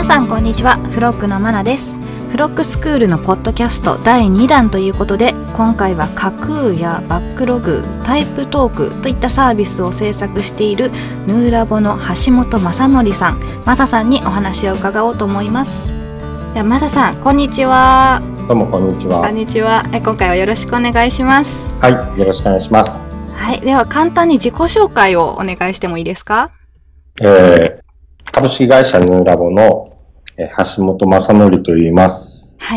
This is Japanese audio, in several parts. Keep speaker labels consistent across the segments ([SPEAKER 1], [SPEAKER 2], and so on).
[SPEAKER 1] さんこんにちは。フロックのマナです。フロックスクールのポッドキャスト第2弾ということで、今回は架空やバックログ、タイプトークといったサービスを制作しているヌーラボの橋本正則さん、マサさんにお話を伺おうと思います。ではマサさんこんにちは。
[SPEAKER 2] どうもこんにちは。
[SPEAKER 1] こんにちは。今回はよろしくお願いします。
[SPEAKER 2] はい、よろしくお願いします。
[SPEAKER 1] はい、では簡単に自己紹介をお願いしてもいいですか？
[SPEAKER 2] 株式会社ヌーラボの橋本正則と言います。
[SPEAKER 1] はい。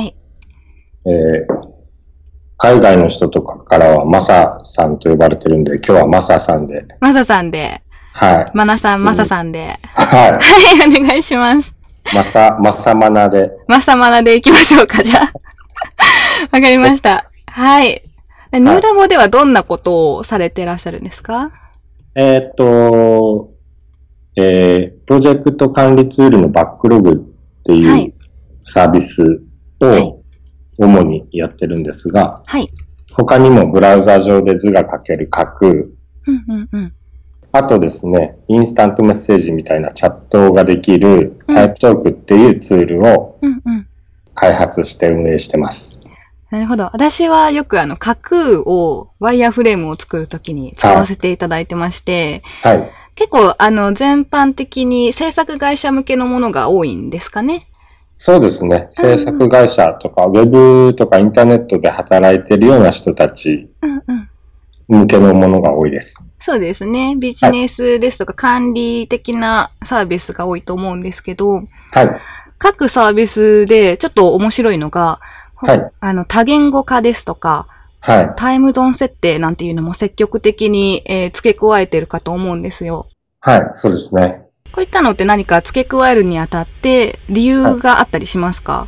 [SPEAKER 2] 海外の人とかからはマサさんと呼ばれてるんで、今日はマサさんで。
[SPEAKER 1] マサさんで。
[SPEAKER 2] はい。
[SPEAKER 1] マナさん、マサさんで。
[SPEAKER 2] はい。
[SPEAKER 1] はい、お願いします。
[SPEAKER 2] マサマナで。
[SPEAKER 1] マサマナで行きましょうか、じゃあ。わかりました。はい。ヌーラボではどんなことをされてらっしゃるんですか？
[SPEAKER 2] プロジェクト管理ツールのバックログっていうサービスを主にやってるんですが、
[SPEAKER 1] はい。
[SPEAKER 2] 他にもブラウザ上で図が書ける架空、あとですね、インスタントメッセージみたいなチャットができるタイプトークっていうツールを開発して運営してます。
[SPEAKER 1] なるほど。私はよく架空をワイヤーフレームを作るときに使わせていただいてまして、はい。結構全般的に制作会社向けのものが多いんですかね？
[SPEAKER 2] そうですね。制作会社とか、ウェブとかインターネットで働いてるような人たち向けのものが多いです。
[SPEAKER 1] そうですね。ビジネスですとか管理的なサービスが多いと思うんですけど、はい。各サービスでちょっと面白いのが、はい。多言語化ですとか、はい。タイムゾーン設定なんていうのも積極的に、付け加えてるかと思うんですよ。
[SPEAKER 2] はい、そうですね。
[SPEAKER 1] こういったのって何か付け加えるにあたって理由があったりしますか？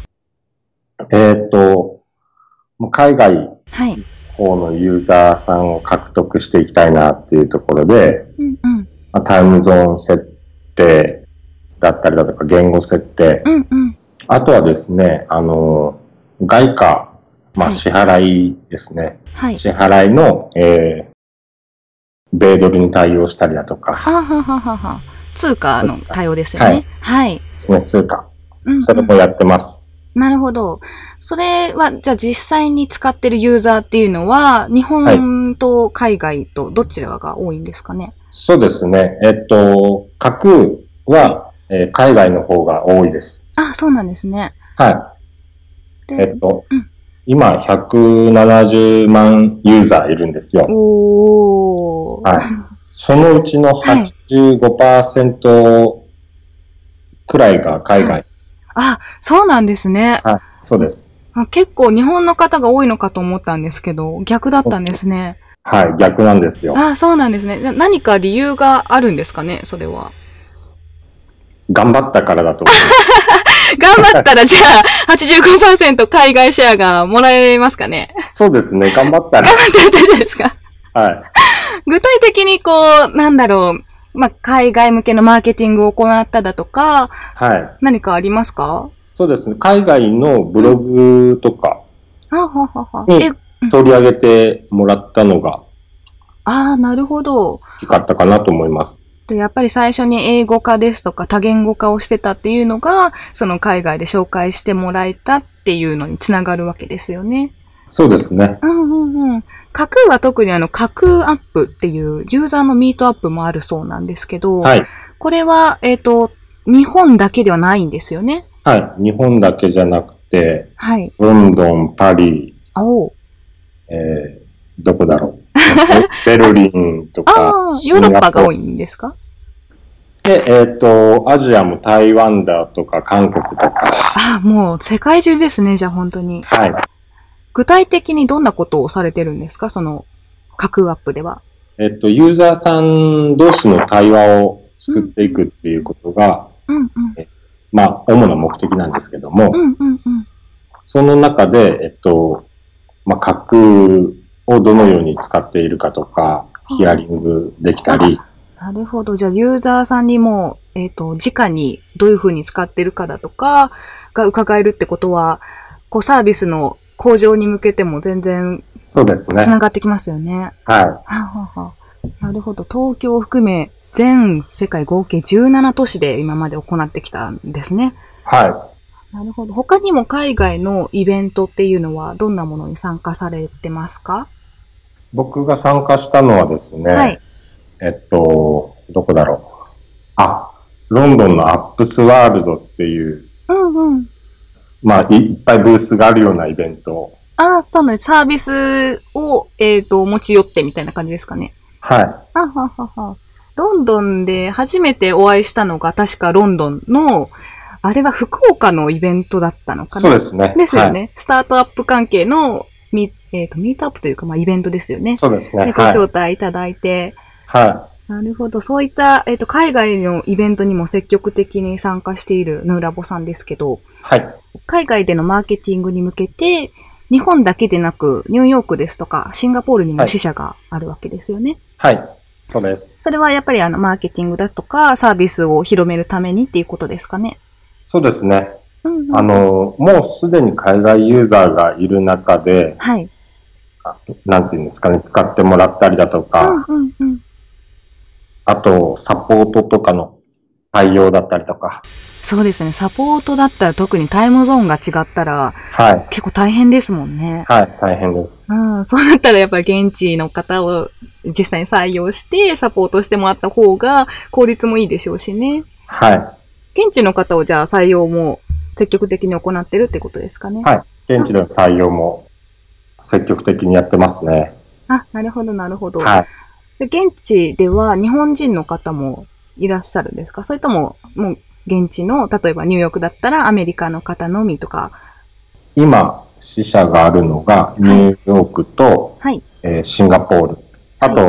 [SPEAKER 2] 海外方のユーザーさんを獲得していきたいなっていうところで、タイムゾーン設定だったりだとか言語設定、あとはですね、外貨、支払いですね。はい、支払いの、米ドルに対応したりだとか。
[SPEAKER 1] 通貨の対応ですよね。はい。
[SPEAKER 2] ですね、通貨。それもやってます。
[SPEAKER 1] なるほど。それは、じゃあ実際に使ってるユーザーっていうのは、日本と海外とどちらが多いんですかね？
[SPEAKER 2] そうですね。架空は、海外の方が多いです。
[SPEAKER 1] あ、そうなんですね。
[SPEAKER 2] はい。今、170万ユーザーいるんですよ。はい。そのうちの 85% くらいが海外。
[SPEAKER 1] あ、そうなんですね。
[SPEAKER 2] はい、そうです。
[SPEAKER 1] 結構日本の方が多いのかと思ったんですけど、逆だったんですね。
[SPEAKER 2] はい、逆なんですよ。
[SPEAKER 1] あ、そうなんですね。何か理由があるんですかね、それは。
[SPEAKER 2] 頑張ったからだと思います。
[SPEAKER 1] 頑張ったらじゃあ 85% 海外シェアがもらえますかね？
[SPEAKER 2] そうですね、頑張ったら。
[SPEAKER 1] 頑張ったら大丈夫ですか？
[SPEAKER 2] はい。
[SPEAKER 1] 具体的に海外向けのマーケティングを行っただとか、はい。何かありますか？
[SPEAKER 2] そうですね、海外のブログとかに取り上げてもらったのが、
[SPEAKER 1] なるほど。
[SPEAKER 2] 大きかったかなと思います。
[SPEAKER 1] で、やっぱり最初に英語化ですとか多言語化をしてたっていうのが、その海外で紹介してもらえたっていうのにつながるわけですよね。
[SPEAKER 2] そうですね。
[SPEAKER 1] 架空は特に架空アップっていうユーザーのミートアップもあるそうなんですけど、はい。これは、日本だけではないんですよね。
[SPEAKER 2] はい。日本だけじゃなくて、はい。ロンドン、パリ、どこだろう。ベルリンとか。
[SPEAKER 1] ヨーロッパが多いんですか？
[SPEAKER 2] で、アジアも台湾だとか韓国とか。
[SPEAKER 1] もう世界中ですね、じゃあ本当に。はい。具体的にどんなことをされてるんですか？その架空アップでは。
[SPEAKER 2] ユーザーさん同士の対話を作っていくっていうことが、主な目的なんですけども、その中で、架空をどのように使っているかとか、ヒアリングできたり。
[SPEAKER 1] なるほど。じゃあ、ユーザーさんにも、直にどういうふうに使ってるかだとかが伺えるってことは、サービスの向上に向けても全然、
[SPEAKER 2] そうですね。
[SPEAKER 1] つながってきますよね。はい。なるほど。東京を含め、全世界合計17都市で今まで行ってきたんですね。
[SPEAKER 2] はい。
[SPEAKER 1] なるほど。他にも海外のイベントっていうのはどんなものに参加されてますか？
[SPEAKER 2] 僕が参加したのはですね、
[SPEAKER 1] はい。
[SPEAKER 2] どこだろう。ロンドンのアップスワールドっていう、
[SPEAKER 1] うんうん。
[SPEAKER 2] いっぱいブースがあるようなイベント。
[SPEAKER 1] そうなんです。サービスを、持ち寄ってみたいな感じですかね。
[SPEAKER 2] はい。
[SPEAKER 1] ロンドンで初めてお会いしたのが確かロンドンの、あれは福岡のイベントだったのかな？
[SPEAKER 2] そうですね。
[SPEAKER 1] ですよね。はい、スタートアップ関係のミートアップというか、イベントですよね。
[SPEAKER 2] そうですね。
[SPEAKER 1] で、ご招待いただいて。
[SPEAKER 2] はい。
[SPEAKER 1] なるほど。そういった、海外のイベントにも積極的に参加しているヌーラボさんですけど、
[SPEAKER 2] はい。
[SPEAKER 1] 海外でのマーケティングに向けて、日本だけでなく、ニューヨークですとか、シンガポールにも支社があるわけですよね。
[SPEAKER 2] はい。そうです。
[SPEAKER 1] それはやっぱりマーケティングだとか、サービスを広めるためにっていうことですかね。
[SPEAKER 2] そうですね。もうすでに海外ユーザーがいる中で、
[SPEAKER 1] はい。
[SPEAKER 2] なんていうんですかね、使ってもらったりだとか、あと、サポートとかの対応だったりとか。
[SPEAKER 1] そうですね。サポートだったら特にタイムゾーンが違ったら、はい。結構大変ですもんね。
[SPEAKER 2] はい、大変です。
[SPEAKER 1] そうなったらやっぱり現地の方を実際に採用してサポートしてもらった方が効率もいいでしょうしね。
[SPEAKER 2] はい。
[SPEAKER 1] 現地の方をじゃあ採用も積極的に行ってるってことですかね。
[SPEAKER 2] はい。現地での採用も積極的にやってますね。
[SPEAKER 1] なるほど、なるほど。
[SPEAKER 2] はい。
[SPEAKER 1] で、現地では日本人の方もいらっしゃるんですか？それとも、もう現地の、例えばニューヨークだったらアメリカの方のみとか。
[SPEAKER 2] 今、支社があるのがニューヨークと、はい。シンガポール。あと、はい、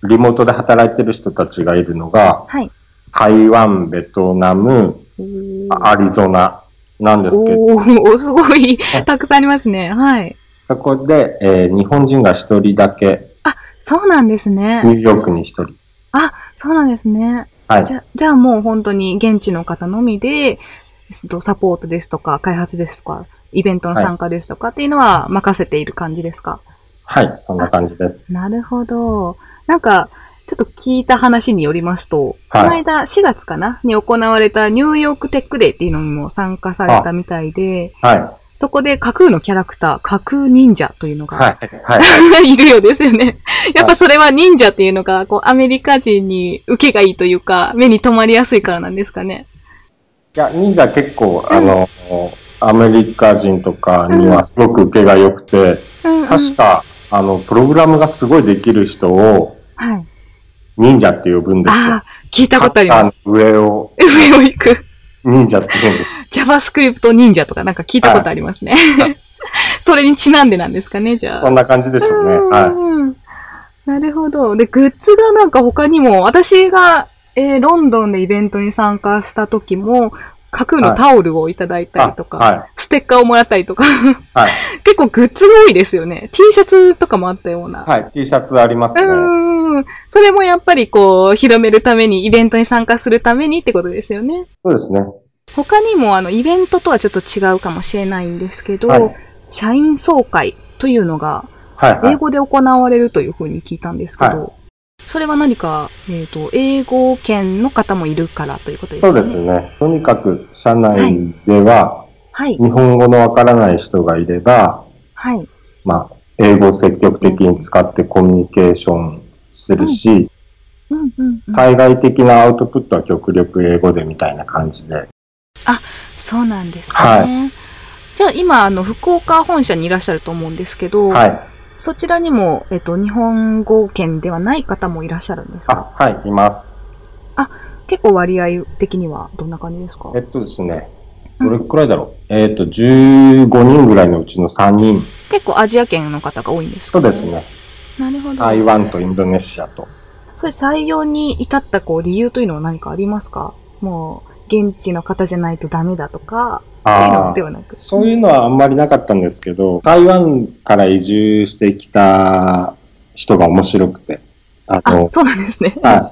[SPEAKER 2] リモートで働いてる人たちがいるのが、はい。台湾、ベトナム、アリゾナなんですけど。
[SPEAKER 1] すごい、たくさんありますね。はい。
[SPEAKER 2] そこで、日本人が一人だけ。
[SPEAKER 1] そうなんですね。
[SPEAKER 2] ニューヨークに一人。
[SPEAKER 1] そうなんですね。はい。じゃあもう本当に現地の方のみで、サポートですとか、開発ですとか、イベントの参加ですとかっていうのは任せている感じですか？
[SPEAKER 2] はい、そんな感じです。
[SPEAKER 1] なるほど。なんか、ちょっと聞いた話によりますと、この間4月かなに行われたニューヨークテックデーっていうのにも参加されたみたいで、はい。そこで架空のキャラクター、架空忍者というのが、いるようですよね。やっぱそれは忍者っていうのが、アメリカ人に受けがいいというか、目に留まりやすいからなんですかね。
[SPEAKER 2] いや、忍者結構、アメリカ人とかにはすごく受けが良くて、確か、プログラムがすごいできる人を、はい。忍者って呼ぶんですよ。
[SPEAKER 1] 聞いたことあります。
[SPEAKER 2] 上を
[SPEAKER 1] 行く。
[SPEAKER 2] 忍者って言うんです。
[SPEAKER 1] JavaScript 忍者とかなんか聞いたことありますね。それにちなんでなんですかね、じゃあ。
[SPEAKER 2] そんな感じでしょうね。はい。
[SPEAKER 1] なるほど。で、グッズがなんか他にも、私が、ロンドンでイベントに参加した時も、架空のタオルをいただいたりとか、はい、ステッカーをもらったりとか、はい、結構グッズが多いですよね。T シャツとかもあったような。
[SPEAKER 2] はい、T シャツありますね。
[SPEAKER 1] それもやっぱり広めるために、イベントに参加するためにってことですよね。
[SPEAKER 2] そうですね。
[SPEAKER 1] 他にもイベントとはちょっと違うかもしれないんですけど、はい、社員総会というのが、英語で行われるというふうに聞いたんですけど、はい、それは何か、英語圏の方もいるからということですね。
[SPEAKER 2] そうですね。とにかく、社内では、はい、日本語のわからない人がいれば、はい、英語を積極的に使ってコミュニケーションするし、対外的なアウトプットは極力英語でみたいな感じで。
[SPEAKER 1] そうなんですね。はい、じゃあ今、福岡本社にいらっしゃると思うんですけど、はい、そちらにも、日本語圏ではない方もいらっしゃるんですか？
[SPEAKER 2] はい、います。
[SPEAKER 1] 結構割合的にはどんな感じですか？
[SPEAKER 2] ですね、どれくらいだろう。15人ぐらいのうちの3人。
[SPEAKER 1] 結構アジア圏の方が多いんですか？
[SPEAKER 2] そうですね。
[SPEAKER 1] なるほど。
[SPEAKER 2] 台湾とインドネシアと。
[SPEAKER 1] それ採用に至った理由というのは何かありますか？もう、現地の方じゃないとダメだとか、っていうのではなく。
[SPEAKER 2] そういうのはあんまりなかったんですけど、台湾から移住してきた人が面白くて。
[SPEAKER 1] そうなんですね。
[SPEAKER 2] はい。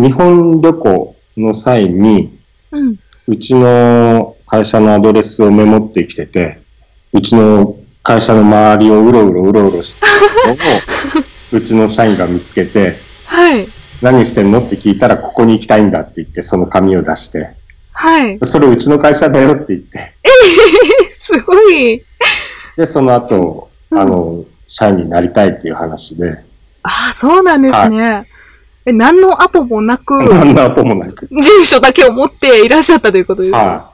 [SPEAKER 2] 日本旅行の際に、うちの会社のアドレスをメモってきてて、うちの会社の周りをうろうろしてるのを、うちの社員が見つけて、はい。何してんのって聞いたら、ここに行きたいんだって言って、その紙を出して、
[SPEAKER 1] はい。
[SPEAKER 2] それうちの会社だよって言って。
[SPEAKER 1] すごい。
[SPEAKER 2] で、その後、社員になりたいっていう話で。
[SPEAKER 1] ああ、そうなんですね。はい、何のアポもなく。
[SPEAKER 2] 何のアポもなく。
[SPEAKER 1] 住所だけを持っていらっしゃったということですか？はい。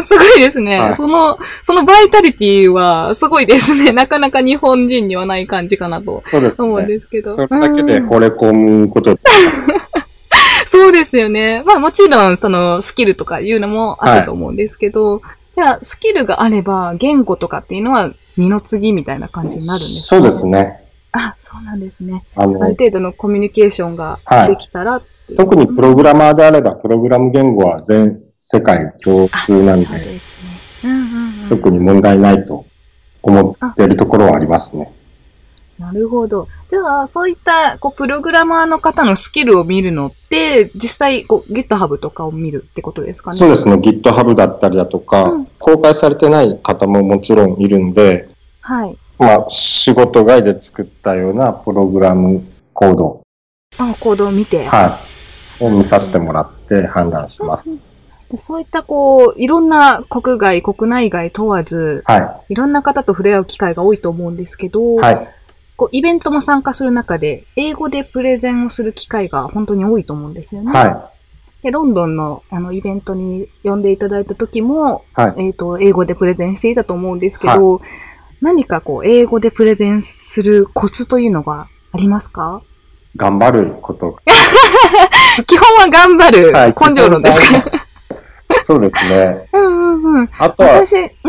[SPEAKER 1] すごいですね。はい、そのバイタリティはすごいですね。なかなか日本人にはない感じかなと思うんですけど。
[SPEAKER 2] それだけで惚れ込むことってます。
[SPEAKER 1] そうですよね。まあもちろんスキルとかいうのもあると思うんですけど、じゃあスキルがあれば言語とかっていうのは二の次みたいな感じになるんですか？
[SPEAKER 2] そうですね。
[SPEAKER 1] あ、そうなんですね。ある程度のコミュニケーションができたらっていう、
[SPEAKER 2] 特にプログラマーであれば、プログラム言語は全世界共通なんで、そうですね。特に問題ないと思っているところはありますね。
[SPEAKER 1] なるほど。じゃあ、そういったプログラマーの方のスキルを見るのって、実際GitHub とかを見るってことですかね？
[SPEAKER 2] そうですね。GitHub だったりだとか、公開されてない方ももちろんいるんで、
[SPEAKER 1] はい。
[SPEAKER 2] まあ、仕事外で作ったようなプログラムコード。
[SPEAKER 1] コードを見て。
[SPEAKER 2] はい。を見させてもらって判断します。
[SPEAKER 1] そういったいろんな国外、国内外問わず、はい。いろんな方と触れ合う機会が多いと思うんですけど、はい。イベントも参加する中で、英語でプレゼンをする機会が本当に多いと思うんですよね。はい。で、ロンドンのイベントに呼んでいただいた時も、はい。英語でプレゼンしていたと思うんですけど、はい、何か英語でプレゼンするコツというのがありますか？
[SPEAKER 2] 頑張ること。
[SPEAKER 1] 基本は頑張る。はい、根性論ですか？
[SPEAKER 2] そうですね。
[SPEAKER 1] うん。
[SPEAKER 2] あとは、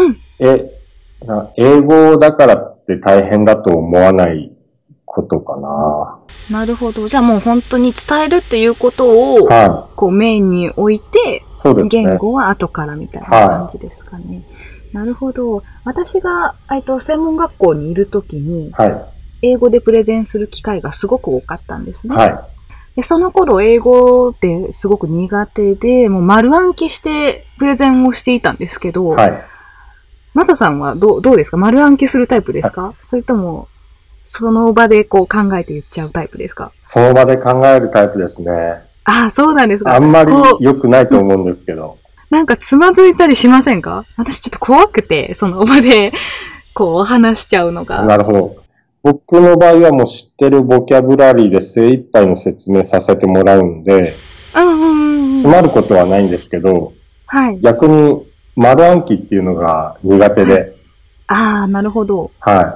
[SPEAKER 2] 英語だからって大変だと思わないことかな。
[SPEAKER 1] なるほど。じゃあもう本当に伝えるっていうことを、はい、メインに置いて、そうですね、言語は後からみたいな感じですかね。はい、なるほど。私が、専門学校にいるときに、はい、英語でプレゼンする機会がすごく多かったんですね。はい、でその頃、英語ってすごく苦手で、もう丸暗記してプレゼンをしていたんですけど、はい、マタさんはどうですか？丸暗記するタイプですか？はい、それとも、その場で考えて言っちゃうタイプですか？
[SPEAKER 2] その場で考えるタイプですね。
[SPEAKER 1] ああ、そうなんですか。
[SPEAKER 2] あんまり良くないと思うんですけど。
[SPEAKER 1] なんかつまずいたりしませんか？私ちょっと怖くて、その場で、話しちゃうのが。
[SPEAKER 2] なるほど。僕の場合はもう知ってるボキャブラリーで精一杯の説明させてもらうんで、詰まることはないんですけど、はい、逆に丸暗記っていうのが苦手で。はい、
[SPEAKER 1] ああ、なるほど。
[SPEAKER 2] はい。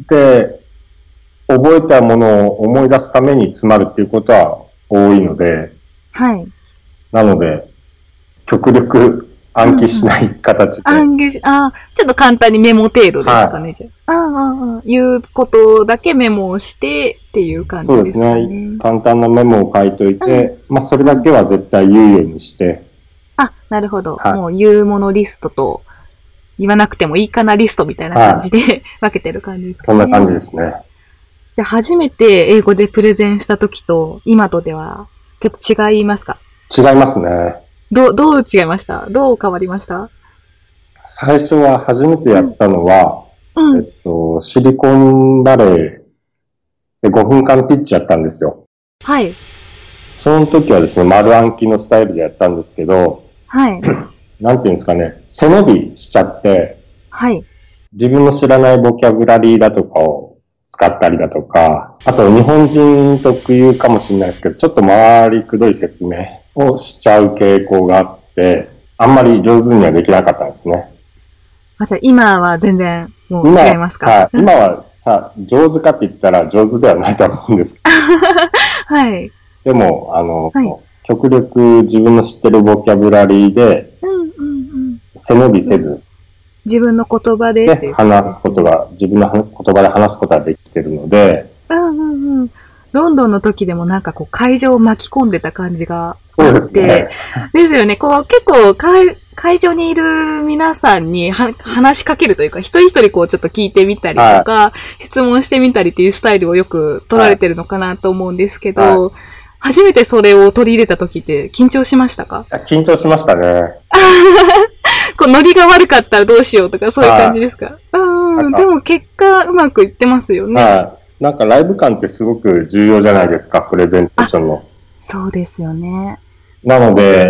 [SPEAKER 2] で、覚えたものを思い出すために詰まるっていうことは多いので、はい。なので、極力暗記しない形で。
[SPEAKER 1] 暗記ちょっと簡単にメモ程度ですかね、はい、じゃあ。言うことだけメモをしてっていう感じですかね。そうですね。
[SPEAKER 2] 簡単なメモを書いといて、まあそれだけは絶対言うようにして。
[SPEAKER 1] なるほど。はい、もう言うものリストと、言わなくてもいいかなリストみたいな感じで、分けてる感じですかね。
[SPEAKER 2] そんな感じですね。
[SPEAKER 1] じゃあ初めて英語でプレゼンした時と今とではちょっと違いますか？
[SPEAKER 2] 違いますね。
[SPEAKER 1] どう違いました？どう変わりました？
[SPEAKER 2] 最初は初めてやったのは、シリコンバレーで5分間ピッチやったんですよ。はい。その時はですね、丸暗記のスタイルでやったんですけど、はい。なんていうんですかね、背伸びしちゃって、はい。自分の知らないボキャブラリーだとかを使ったりだとか、あと日本人特有かもしれないですけど、ちょっと回りくどい説明をしちゃう傾向があって、あんまり上手にはできなかったんですね。
[SPEAKER 1] じゃあ今は全然もう違いますか？
[SPEAKER 2] はい。今は上手かって言ったら上手ではないと思うんですけど。はい。でも、はい、極力自分の知ってるボキャブラリーで、背伸びせず、
[SPEAKER 1] 自分の言葉で
[SPEAKER 2] 話すことが、自分の言葉で話すことができてるので、
[SPEAKER 1] ロンドンの時でもなんか会場を巻き込んでた感じがあって。
[SPEAKER 2] そうですね。
[SPEAKER 1] ですよね。結構会場にいる皆さんに話しかけるというか、一人一人ちょっと聞いてみたりとか、はい、質問してみたりっていうスタイルをよく取られてるのかなと思うんですけど、はい、初めてそれを取り入れた時って緊張しましたか？
[SPEAKER 2] 緊張しましたね。
[SPEAKER 1] ノリが悪かったらどうしようとかそういう感じですか？でも結果うまくいってますよね。
[SPEAKER 2] なんかライブ感ってすごく重要じゃないですか、プレゼンテーションの。
[SPEAKER 1] そうですよね。
[SPEAKER 2] なので、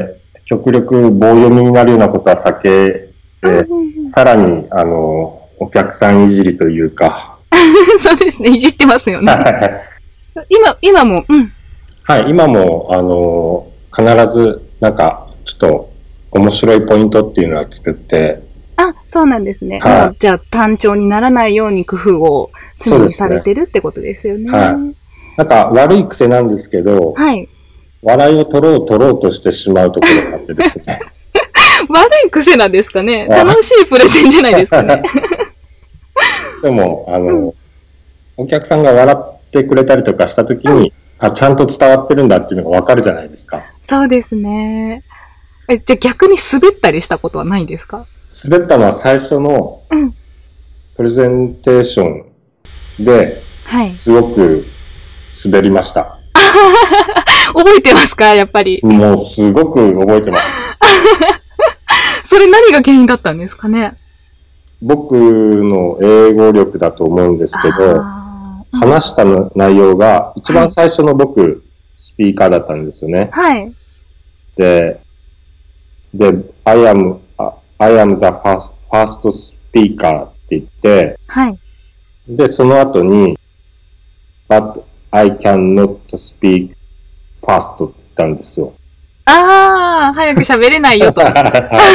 [SPEAKER 2] 極力棒読みになるようなことは避けて、さらに、お客さんいじりというか。
[SPEAKER 1] そうですね、いじってますよね。今も、
[SPEAKER 2] はい、今も、必ず、なんか、ちょっと、面白いポイントっていうのは作って、
[SPEAKER 1] そうなんですね。
[SPEAKER 2] はい、
[SPEAKER 1] じゃあ、単調にならないように工夫を常にされてるってことですよね。
[SPEAKER 2] はい。なんか、悪い癖なんですけど、
[SPEAKER 1] はい。
[SPEAKER 2] 笑いを取ろうとしてしまうところがあってですね。
[SPEAKER 1] 悪い癖なんですかね。楽しいプレゼンじゃないですかね。
[SPEAKER 2] でも、お客さんが笑ってくれたりとかしたときに、ちゃんと伝わってるんだっていうのがわかるじゃないですか。
[SPEAKER 1] そうですね。じゃあ逆に滑ったりしたことはないんですか？
[SPEAKER 2] 滑ったのは最初のプレゼンテーションで、すごく滑りました。
[SPEAKER 1] 覚えてますか？やっぱり。
[SPEAKER 2] もうすごく覚えてます。
[SPEAKER 1] それ何が原因だったんですかね？
[SPEAKER 2] 僕の英語力だと思うんですけど、話した内容が一番最初の僕、スピーカーだったんですよね。
[SPEAKER 1] はい。
[SPEAKER 2] で、I am the first speaker って言って、
[SPEAKER 1] はい。
[SPEAKER 2] で、その後に、but I cannot speak fast って言ったんですよ。
[SPEAKER 1] 早く喋れないよと。で、フ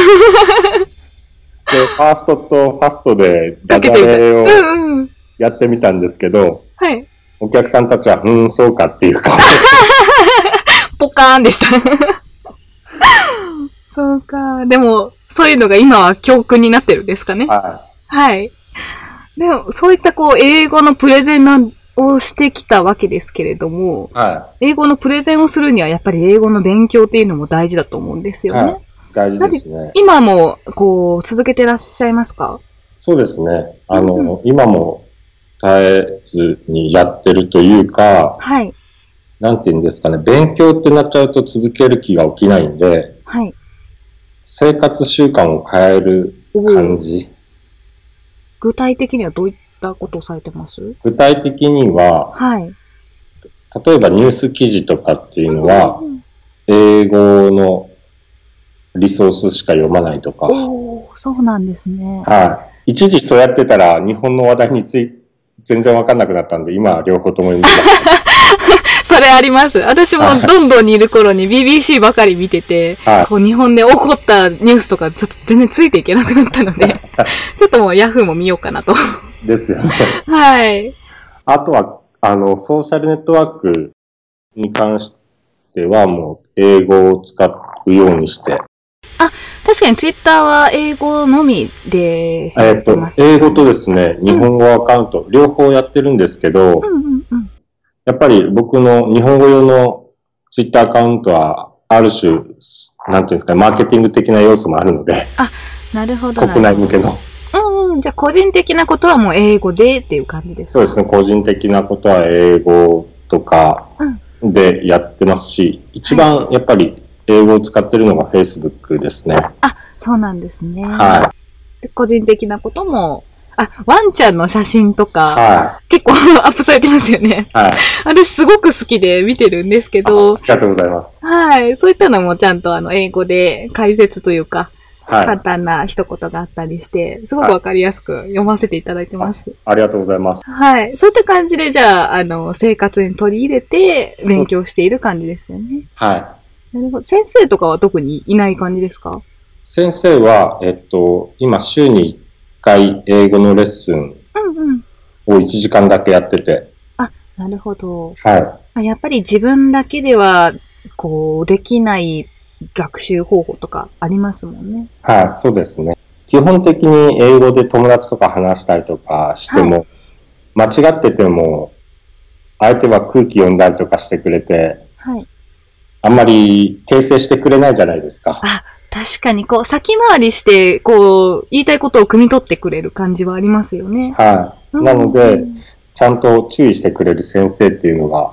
[SPEAKER 2] ァーストとファストでダジャレをやってみたんですけど、
[SPEAKER 1] はい。
[SPEAKER 2] お客さんたちは、そうかっていう顔。
[SPEAKER 1] ポカーンでした。そうか。でも、そういうのが今は教訓になってるんですかね。はい。でも、そういった英語のプレゼンをしてきたわけですけれども、英語のプレゼンをするにはやっぱり英語の勉強っていうのも大事だと思うんですよね。
[SPEAKER 2] 大事ですね。
[SPEAKER 1] 今も、続けてらっしゃいますか？
[SPEAKER 2] そうですね。今も絶えずにやってるというか、
[SPEAKER 1] はい。
[SPEAKER 2] なんて言うんですかね。勉強ってなっちゃうと続ける気が起きないんで、
[SPEAKER 1] はい。
[SPEAKER 2] 生活習慣を変える感じ。
[SPEAKER 1] 具体的にはどういったことをされてます？
[SPEAKER 2] 具体的には、
[SPEAKER 1] はい。
[SPEAKER 2] 例えばニュース記事とかっていうのは、英語のリソースしか読まないとか。
[SPEAKER 1] そうなんですね。
[SPEAKER 2] はい。一時そうやってたら日本の話題に全然わかんなくなったんで、今は両方とも読みます。
[SPEAKER 1] それあります。私もロンドンにいる頃に BBC ばかり見てて、日本で起こったニュースとかちょっと全然ついていけなくなったので、ちょっともう Yahoo も見ようかなと。
[SPEAKER 2] ですよね。
[SPEAKER 1] はい。
[SPEAKER 2] あとは、ソーシャルネットワークに関してはもう英語を使うようにして。
[SPEAKER 1] 確かにツイッターは英語のみでやってます、
[SPEAKER 2] 英語とですね、日本語アカウント、両方やってるんですけど、やっぱり僕の日本語用のツイッターアカウントは、ある種、なんていうんですか、マーケティング的な要素もあるので。
[SPEAKER 1] なるほど。
[SPEAKER 2] 国内向けの。
[SPEAKER 1] じゃあ個人的なことはもう英語でっていう感じですか？
[SPEAKER 2] そうですね、個人的なことは英語とかでやってますし、一番やっぱり英語を使ってるのが Facebook ですね。
[SPEAKER 1] そうなんですね。
[SPEAKER 2] はい。
[SPEAKER 1] で個人的なことも、ワンちゃんの写真とか、結構アップされてますよね。
[SPEAKER 2] はい。
[SPEAKER 1] 私すごく好きで見てるんですけど。
[SPEAKER 2] ありがとうございます。
[SPEAKER 1] はい。そういったのもちゃんと英語で解説というか、簡単な一言があったりして、すごくわかりやすく読ませていただいてます。
[SPEAKER 2] ありがとうございます。
[SPEAKER 1] はい。そういった感じで、じゃあ、生活に取り入れて勉強している感じですよね。
[SPEAKER 2] はい。
[SPEAKER 1] なるほど。先生とかは特にいない感じですか？
[SPEAKER 2] 先生は、今週に1回英語のレッスンを1時間だけやってて。
[SPEAKER 1] なるほど。
[SPEAKER 2] はい。
[SPEAKER 1] やっぱり自分だけでは、できない学習方法とかありますもんね。
[SPEAKER 2] はい、そうですね。基本的に英語で友達とか話したりとかしても、間違ってても、相手は空気読んだりとかしてくれて、あんまり訂正してくれないじゃないですか。
[SPEAKER 1] 確かに、先回りして、言いたいことを汲み取ってくれる感じはありますよね。
[SPEAKER 2] はい。なので、ちゃんと注意してくれる先生っていうのが、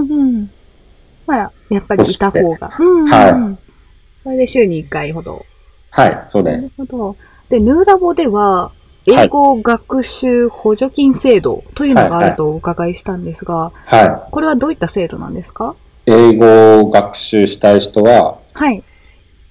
[SPEAKER 1] やっぱりいた方が。
[SPEAKER 2] はい。
[SPEAKER 1] それで週に1回ほど。
[SPEAKER 2] はい、そうです。
[SPEAKER 1] なるほど。で、ヌーラボでは、英語学習補助金制度というのがあるとお伺いしたんですが、これはどういった制度なんですか？
[SPEAKER 2] 英語を学習したい人は、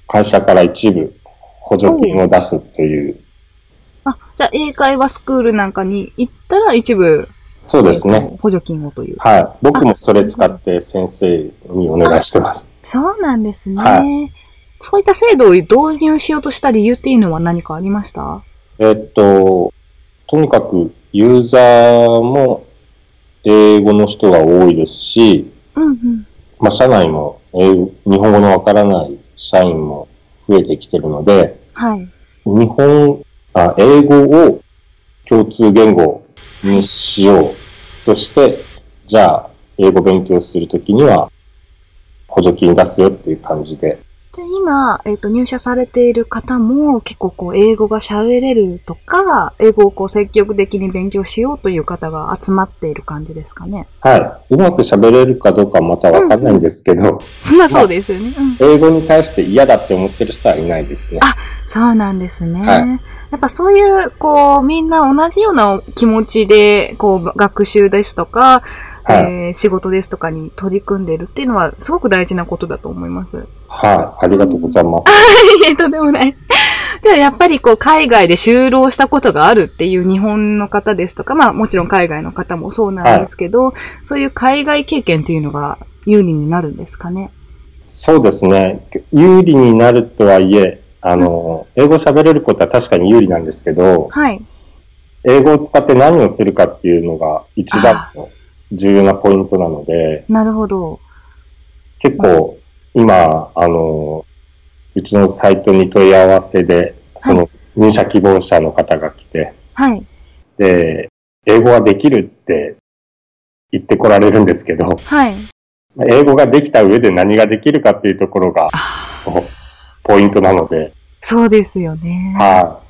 [SPEAKER 2] 会社から一部補助金を出すという。
[SPEAKER 1] じゃあ英会話スクールなんかに行ったら一部、
[SPEAKER 2] そうですね。
[SPEAKER 1] 補助金をという。
[SPEAKER 2] はい。僕もそれ使って先生にお願いしてます。
[SPEAKER 1] そうなんですね。はい。そういった制度を導入しようとした理由っていうのは何かありました？
[SPEAKER 2] とにかくユーザーも英語の人が多いですし、社内も日本語のわからない社員も増えてきてるので、はい、英語を共通言語にしようとして、じゃあ英語勉強するときには補助金出すよっていう感じで。
[SPEAKER 1] で今、入社されている方も結構英語が喋れるとか、英語を積極的に勉強しようという方が集まっている感じですかね。
[SPEAKER 2] はい。うまく喋れるかどうかはまたわかんないんですけど。
[SPEAKER 1] そうですよね、
[SPEAKER 2] 英語に対して嫌だって思ってる人はいないですね。
[SPEAKER 1] そうなんですね。はい。やっぱそういう、みんな同じような気持ちで、学習ですとか、仕事ですとかに取り組んでいるっていうのは、すごく大事なことだと思います。
[SPEAKER 2] はい。ありがとうございます。
[SPEAKER 1] とんでもない。じゃあ、やっぱり海外で就労したことがあるっていう日本の方ですとか、もちろん海外の方もそうなんですけど、そういう海外経験っていうのが有利になるんですかね。
[SPEAKER 2] そうですね。有利になるとはいえ、英語喋れることは確かに有利なんですけど、はい。英語を使って何をするかっていうのが一番の重要なポイントなので、
[SPEAKER 1] なるほど。
[SPEAKER 2] 結構、今、うちのサイトに問い合わせで、入社希望者の方が来て、はい。で、英語ができるって言ってこられるんですけど、はい。英語ができた上で何ができるかっていうところが、ポイントなので。
[SPEAKER 1] そうですよね。
[SPEAKER 2] はい。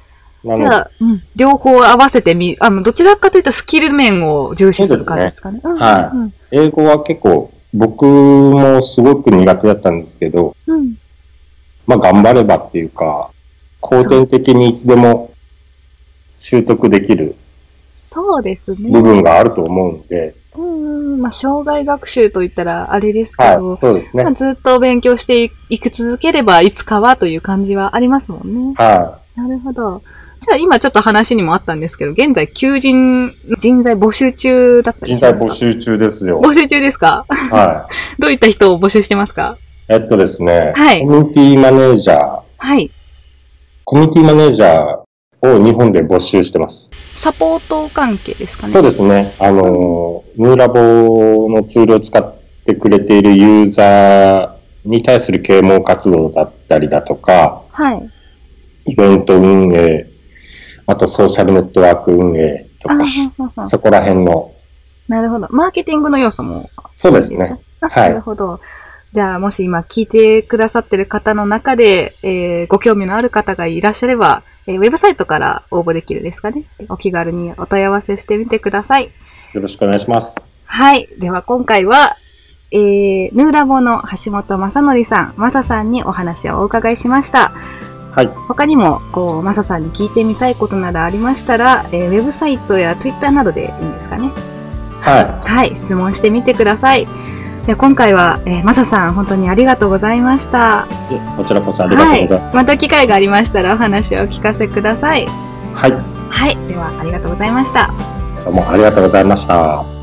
[SPEAKER 1] じゃあ、両方合わせてどちらかというとスキル面を重視する感じですかね。
[SPEAKER 2] はい。英語は結構、僕もすごく苦手だったんですけど、頑張ればっていうか、後天的にいつでも習得できる。
[SPEAKER 1] そうですね。
[SPEAKER 2] 部分があると思うんで。
[SPEAKER 1] 障害学習といったらあれですけど、
[SPEAKER 2] はい、そうですね。
[SPEAKER 1] ずっと勉強していく続ければいつかはという感じはありますもんね。
[SPEAKER 2] はい。
[SPEAKER 1] なるほど。じゃあ今ちょっと話にもあったんですけど、現在人材募集中だったりしますか？
[SPEAKER 2] 人材募集中ですよ。
[SPEAKER 1] 募集中ですか？はい。どういった人を募集してますか？
[SPEAKER 2] ですね。はい。コミュニティマネージャー。はい。コミュニティマネージャーを日本で募集してます。
[SPEAKER 1] サポート関係ですかね？
[SPEAKER 2] そうですね。ヌーラボのツールを使ってくれているユーザーに対する啓蒙活動だったりだとか、はい。イベント運営、あとソーシャルネットワーク運営とか、そこら辺の。
[SPEAKER 1] なるほど。マーケティングの要素も。
[SPEAKER 2] そうですね。はい。
[SPEAKER 1] なるほど。じゃあ、もし今聞いてくださってる方の中で、ご興味のある方がいらっしゃれば、ウェブサイトから応募できるですかね。お気軽にお問い合わせしてみてください。
[SPEAKER 2] よろしくお願いします。
[SPEAKER 1] はい。では今回は、ヌーラボの橋本正則さん、マサさんにお話をお伺いしました。はい。他にも、マサさんに聞いてみたいことなどありましたら、ウェブサイトやツイッターなどでいいんですかね。はい。はい。質問してみてください。で今回は、マサさん、本当にありがとうございました。
[SPEAKER 2] こちらこそありがとうございます。
[SPEAKER 1] はい。また機会がありましたらお話をお聞かせください。
[SPEAKER 2] はい。
[SPEAKER 1] はい。では、ありがとうございました。
[SPEAKER 2] どうもありがとうございました。